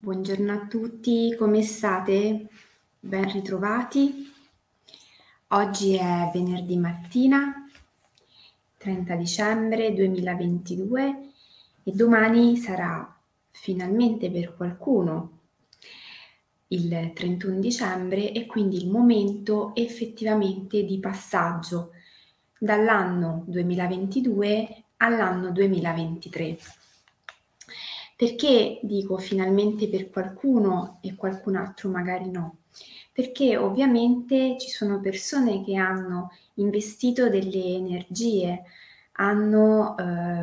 Buongiorno a tutti, come state? Ben ritrovati. Oggi è venerdì mattina, 30 dicembre 2022 e domani sarà finalmente per qualcuno il 31 dicembre e quindi il momento effettivamente di passaggio dall'anno 2022 all'anno 2023. Perché dico finalmente per qualcuno e qualcun altro magari no? Perché ovviamente ci sono persone che hanno investito delle energie, hanno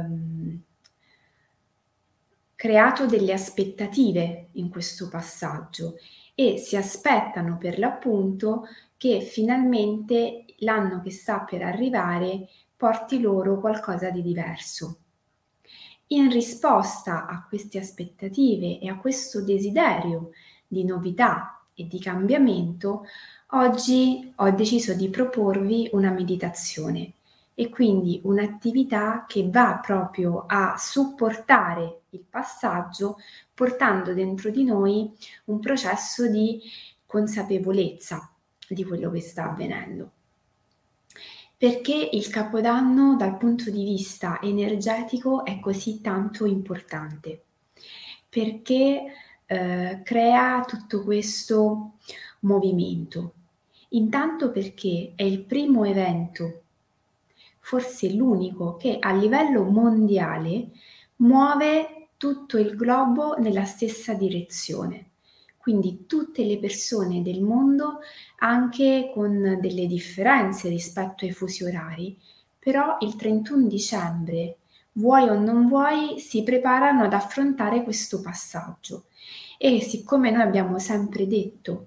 creato delle aspettative in questo passaggio e si aspettano per l'appunto che finalmente l'anno che sta per arrivare porti loro qualcosa di diverso. In risposta a queste aspettative e a questo desiderio di novità e di cambiamento, oggi ho deciso di proporvi una meditazione e quindi un'attività che va proprio a supportare il passaggio, portando dentro di noi un processo di consapevolezza di quello che sta avvenendo. Perché il Capodanno dal punto di vista energetico è così tanto importante? Perché crea tutto questo movimento. Intanto perché è il primo evento, forse l'unico, che a livello mondiale muove tutto il globo nella stessa direzione. Quindi tutte le persone del mondo, anche con delle differenze rispetto ai fusi orari, però il 31 dicembre, vuoi o non vuoi, si preparano ad affrontare questo passaggio. E siccome noi abbiamo sempre detto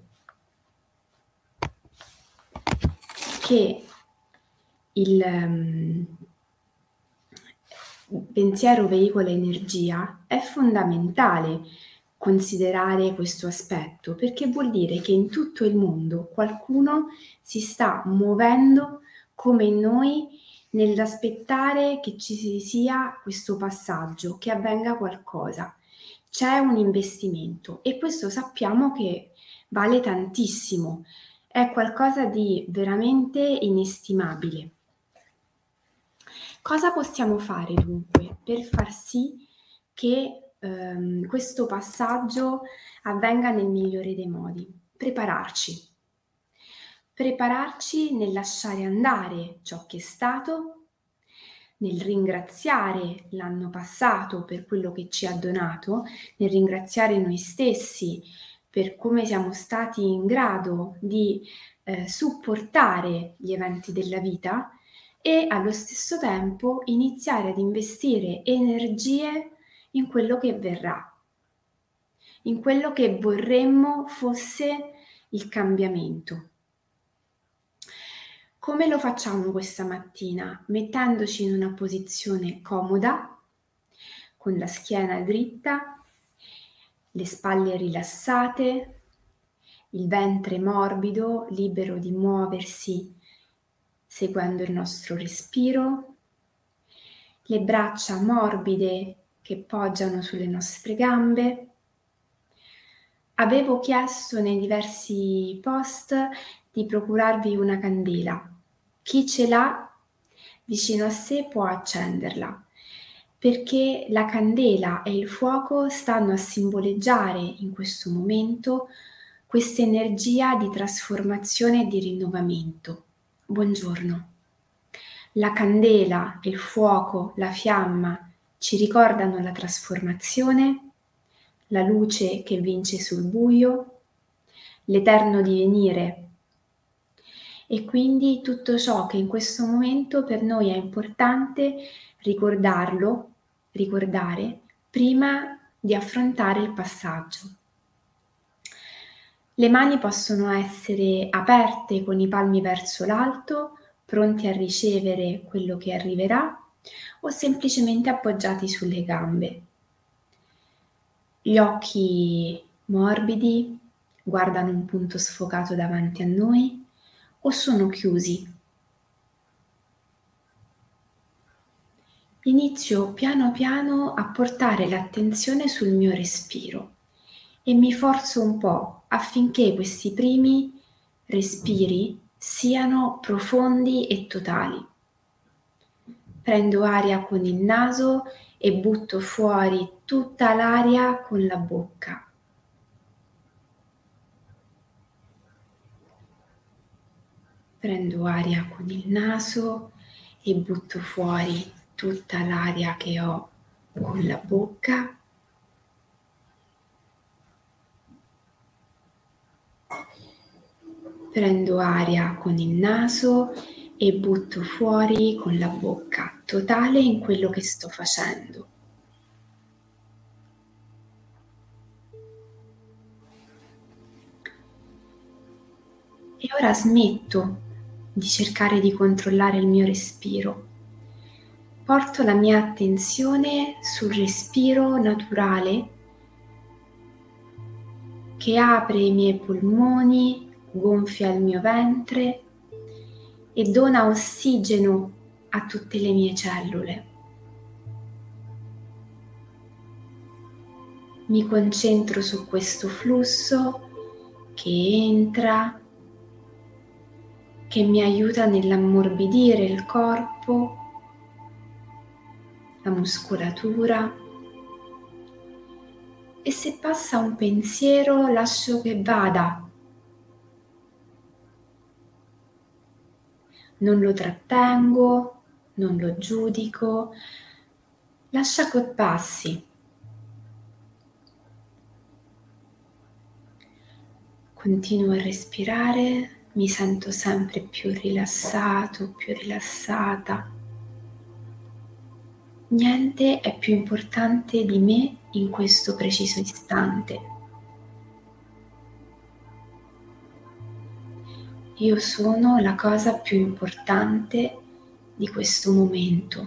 che il pensiero veicola energia, è fondamentale considerare questo aspetto, perché vuol dire che in tutto il mondo qualcuno si sta muovendo come noi nell'aspettare che ci sia questo passaggio, che avvenga qualcosa. C'è un investimento e questo sappiamo che vale tantissimo, è qualcosa di veramente inestimabile. Cosa possiamo fare dunque per far sì che questo passaggio avvenga nel migliore dei modi? Prepararci. Prepararci nel lasciare andare ciò che è stato, nel ringraziare l'anno passato per quello che ci ha donato, nel ringraziare noi stessi per come siamo stati in grado di supportare gli eventi della vita e allo stesso tempo iniziare ad investire energie in quello che verrà, in quello che vorremmo fosse il cambiamento. Come lo facciamo questa mattina? Mettendoci in una posizione comoda, con la schiena dritta, le spalle rilassate, il ventre morbido, libero di muoversi seguendo il nostro respiro, le braccia morbide che poggiano sulle nostre gambe. Avevo chiesto nei diversi post di procurarvi una candela. Chi ce l'ha vicino a sé può accenderla, perché la candela e il fuoco stanno a simboleggiare in questo momento questa energia di trasformazione e di rinnovamento. Buongiorno. La candela, il fuoco, la fiamma ci ricordano la trasformazione, la luce che vince sul buio, l'eterno divenire e quindi tutto ciò che in questo momento per noi è importante ricordare prima di affrontare il passaggio. Le mani possono essere aperte con i palmi verso l'alto, pronti a ricevere quello che arriverà, o semplicemente appoggiati sulle gambe. Gli occhi morbidi guardano un punto sfocato davanti a noi o sono chiusi. Inizio piano piano a portare l'attenzione sul mio respiro e mi forzo un po' affinché questi primi respiri siano profondi e totali. Prendo aria con il naso e butto fuori tutta l'aria con la bocca. Prendo aria con il naso e butto fuori tutta l'aria che ho con la bocca. Prendo aria con il naso e butto fuori con la bocca, totale in quello che sto facendo. E ora smetto di cercare di controllare il mio respiro. Porto la mia attenzione sul respiro naturale che apre i miei polmoni, gonfia il mio ventre e dona ossigeno a tutte le mie cellule. Mi concentro su questo flusso che entra, che mi aiuta nell'ammorbidire il corpo, la muscolatura, e se passa un pensiero lascio che vada. Non lo trattengo, non lo giudico, lascia che passi. Continuo a respirare, mi sento sempre più rilassato, più rilassata. Niente è più importante di me in questo preciso istante. Io sono la cosa più importante di questo momento.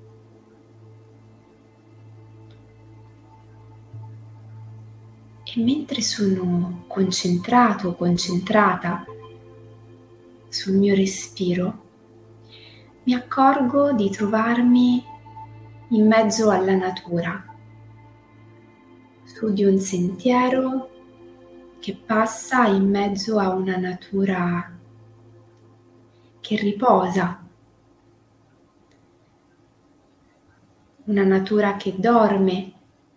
E mentre sono concentrato o concentrata sul mio respiro, mi accorgo di trovarmi in mezzo alla natura, su di un sentiero che passa in mezzo a una natura che riposa, una natura che dorme.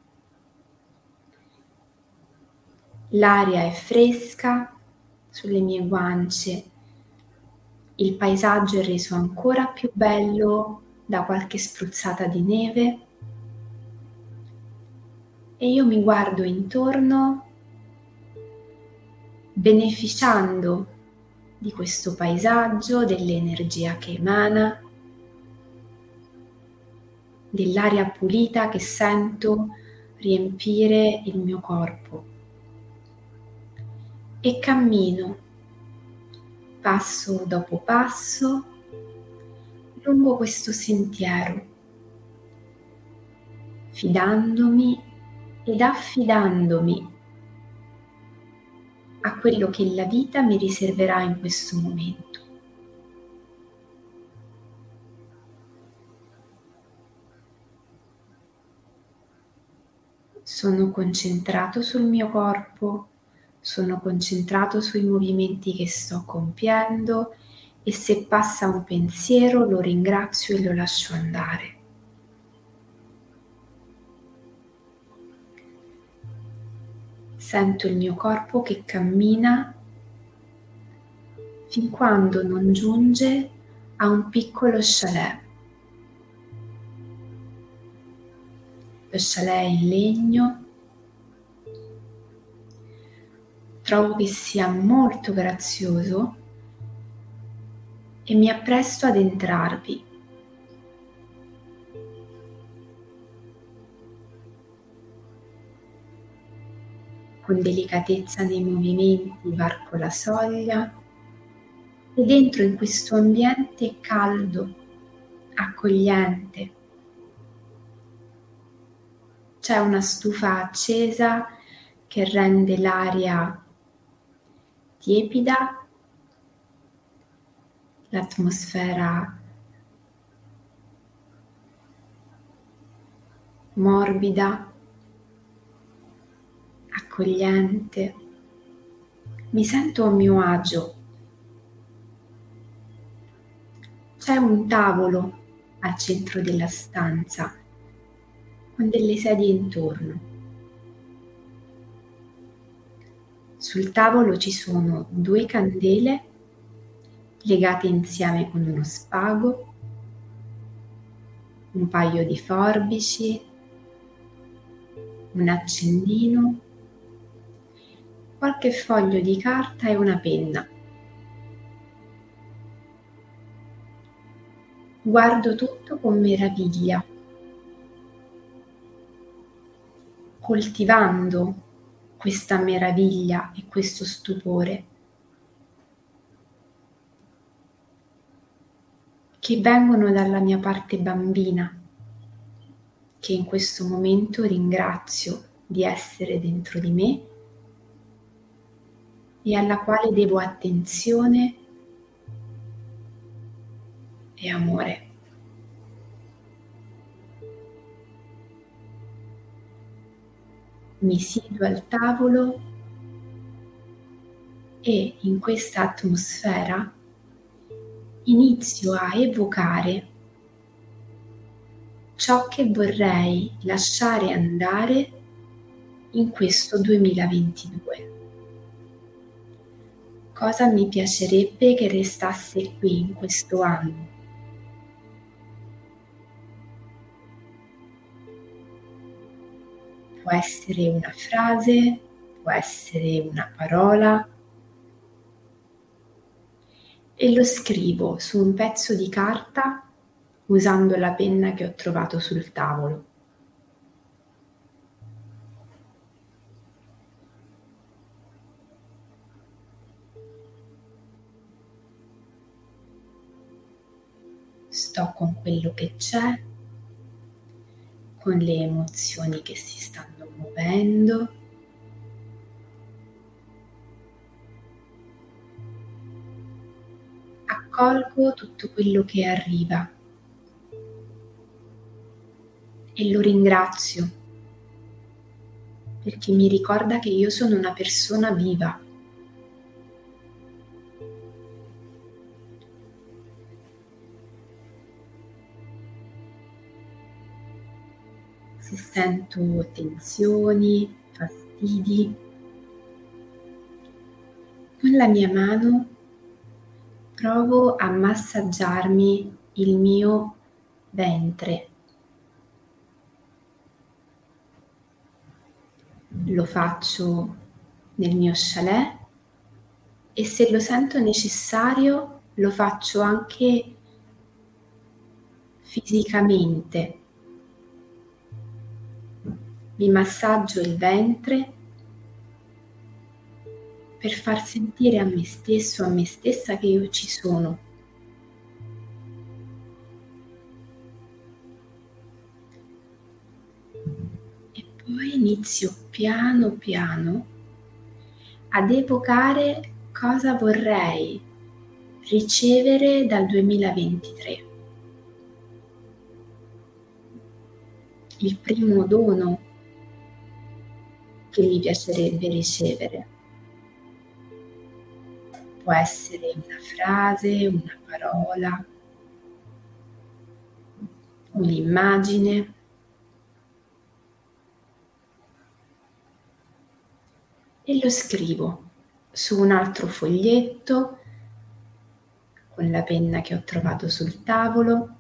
L'aria è fresca sulle mie guance, il paesaggio è reso ancora più bello da qualche spruzzata di neve e io mi guardo intorno beneficiando di questo paesaggio, dell'energia che emana, dell'aria pulita che sento riempire il mio corpo. E cammino passo dopo passo lungo questo sentiero, fidandomi ed affidandomi a quello che la vita mi riserverà in questo momento. Sono concentrato sul mio corpo, sono concentrato sui movimenti che sto compiendo e se passa un pensiero lo ringrazio e lo lascio andare. Sento il mio corpo che cammina fin quando non giunge a un piccolo chalet. Lo chalet è in legno, trovo che sia molto grazioso e mi appresto ad entrarvi. Con delicatezza nei movimenti varco la soglia ed entro in questo ambiente caldo, accogliente. C'è una stufa accesa che rende l'aria tiepida, l'atmosfera morbida, accogliente. Mi sento a mio agio. C'è un tavolo al centro della stanza con delle sedie intorno. Sul tavolo ci sono 2 candele legate insieme con uno spago, un paio di forbici, un accendino, qualche foglio di carta e una penna. Guardo tutto con meraviglia, coltivando questa meraviglia e questo stupore che vengono dalla mia parte bambina, che in questo momento ringrazio di essere dentro di me e alla quale devo attenzione e amore. Mi siedo al tavolo e in questa atmosfera inizio a evocare ciò che vorrei lasciare andare in questo 2022. Cosa mi piacerebbe che restasse qui in questo anno? Può essere una frase, può essere una parola, e lo scrivo su un pezzo di carta usando la penna che ho trovato sul tavolo. Sto con quello che c'è, con le emozioni che si stanno muovendo. Accolgo tutto quello che arriva e lo ringrazio perché mi ricorda che io sono una persona viva. Se sento tensioni, fastidi, con la mia mano provo a massaggiarmi il mio ventre. Lo faccio nel mio chalet e se lo sento necessario lo faccio anche fisicamente. Mi massaggio il ventre per far sentire a me stesso, a me stessa che io ci sono. E poi inizio piano piano ad evocare cosa vorrei ricevere dal 2023. Il primo dono che mi piacerebbe ricevere. Può essere una frase, una parola, un'immagine. E lo scrivo su un altro foglietto con la penna che ho trovato sul tavolo,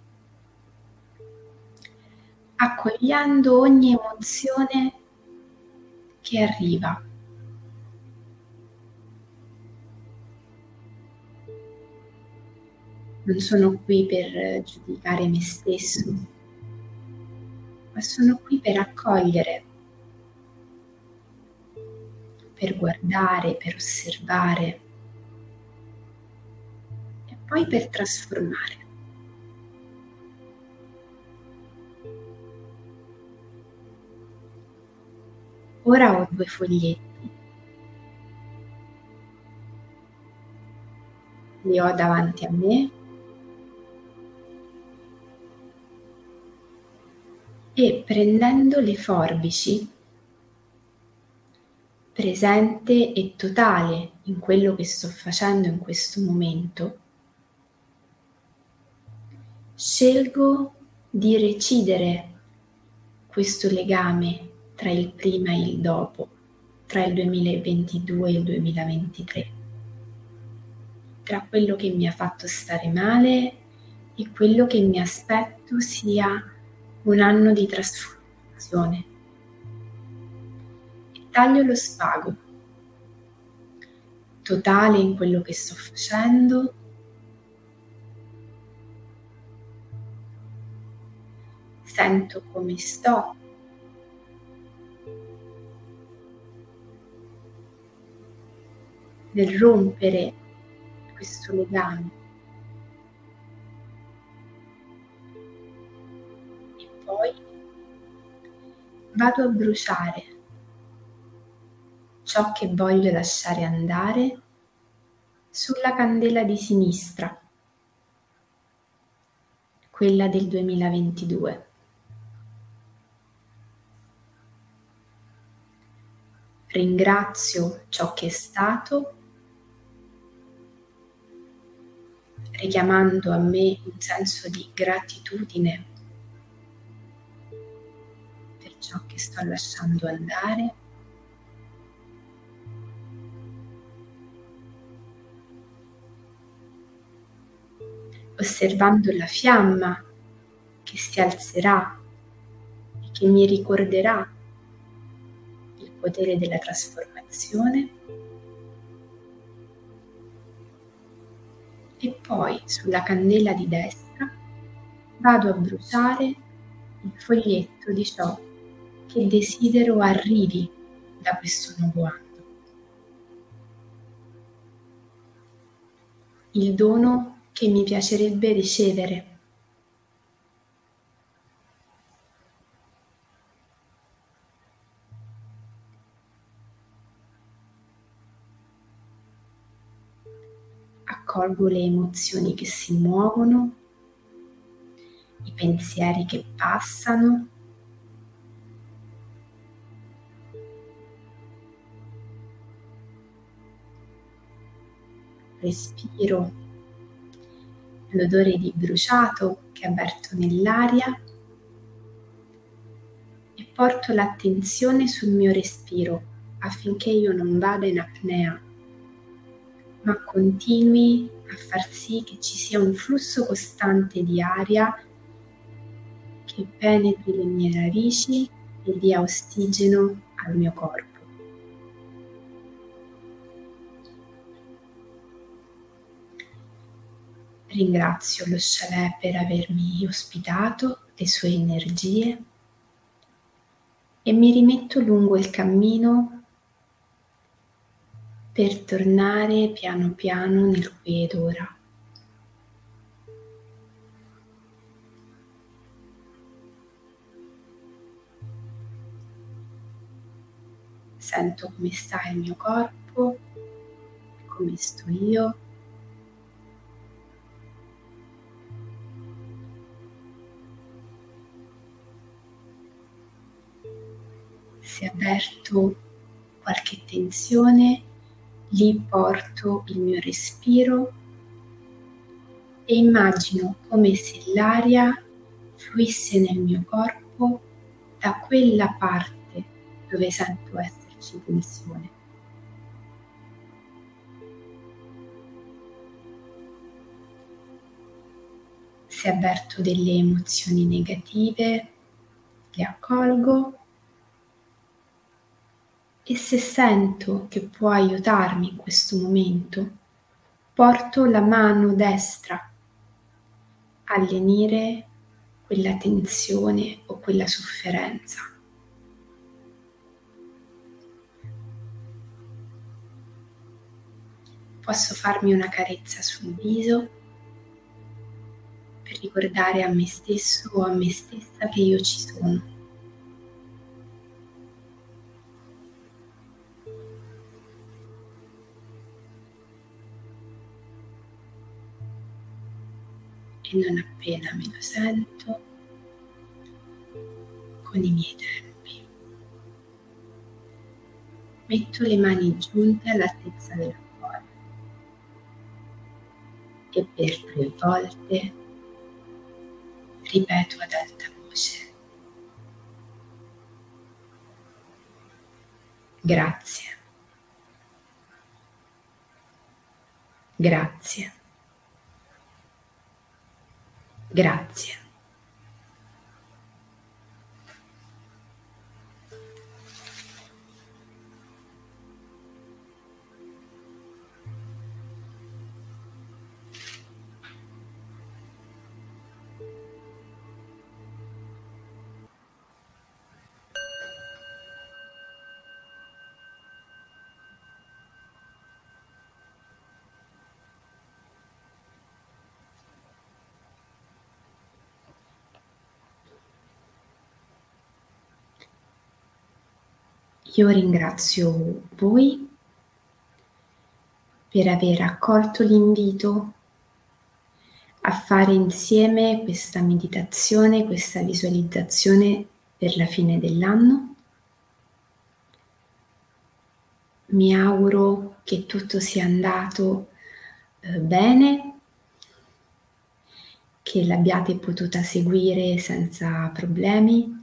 accogliendo ogni emozione che arriva. Non sono qui per giudicare me stesso, ma sono qui per accogliere, per guardare, per osservare e poi per trasformare. Ora ho 2 foglietti, li ho davanti a me e prendendo le forbici presente e totale in quello che sto facendo in questo momento, scelgo di recidere questo legame tra il prima e il dopo, tra il 2022 e il 2023, tra quello che mi ha fatto stare male e quello che mi aspetto sia un anno di trasformazione. E taglio lo spago totale in quello che sto facendo, sento come sto nel rompere questo legame e poi vado a bruciare ciò che voglio lasciare andare sulla candela di sinistra, quella del 2022. Ringrazio ciò che è stato, richiamando a me un senso di gratitudine per ciò che sto lasciando andare. Osservando la fiamma che si alzerà e che mi ricorderà il potere della trasformazione, e poi sulla candela di destra vado a bruciare il foglietto di ciò che desidero arrivi da questo nuovo anno. Il dono che mi piacerebbe ricevere. Accolgo le emozioni che si muovono, i pensieri che passano, respiro l'odore di bruciato che avverto nell'aria e porto l'attenzione sul mio respiro affinché io non vada in apnea, ma continui a far sì che ci sia un flusso costante di aria che penetri le mie narici e dia ossigeno al mio corpo. Ringrazio lo chalet per avermi ospitato, le sue energie, e mi rimetto lungo il cammino per tornare piano piano nel qui ed ora. Sento come sta il mio corpo, come sto io. Se avverto qualche tensione, lì porto il mio respiro e immagino come se l'aria fluisse nel mio corpo da quella parte dove sento esserci tensione. Se avverto delle emozioni negative, le accolgo, e se sento che può aiutarmi in questo momento, porto la mano destra a lenire quella tensione o quella sofferenza. Posso farmi una carezza sul viso per ricordare a me stesso o a me stessa che io ci sono. E non appena me lo sento, con i miei tempi, Metto le mani giunte all'altezza del cuore e per 3 volte ripeto ad alta voce: grazie, grazie, grazie. Io ringrazio voi per aver accolto l'invito a fare insieme questa meditazione, questa visualizzazione per la fine dell'anno. Mi auguro che tutto sia andato bene, che l'abbiate potuta seguire senza problemi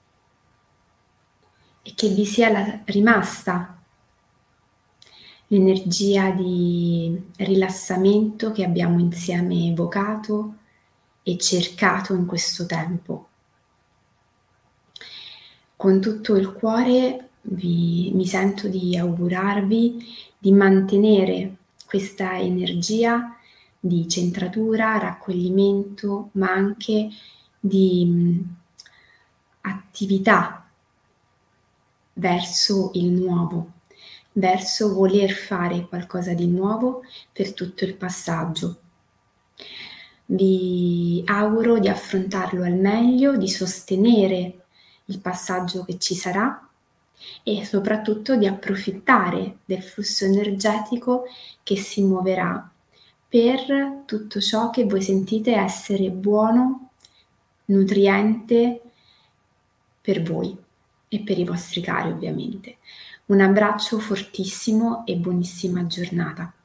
e che vi sia rimasta l'energia di rilassamento che abbiamo insieme evocato e cercato in questo tempo. Con tutto il cuore mi sento di augurarvi di mantenere questa energia di centratura, raccoglimento, ma anche di attività verso il nuovo, verso voler fare qualcosa di nuovo per tutto il passaggio. Vi auguro di affrontarlo al meglio, di sostenere il passaggio che ci sarà e soprattutto di approfittare del flusso energetico che si muoverà per tutto ciò che voi sentite essere buono, nutriente per voi e per i vostri cari ovviamente. Un abbraccio fortissimo e buonissima giornata.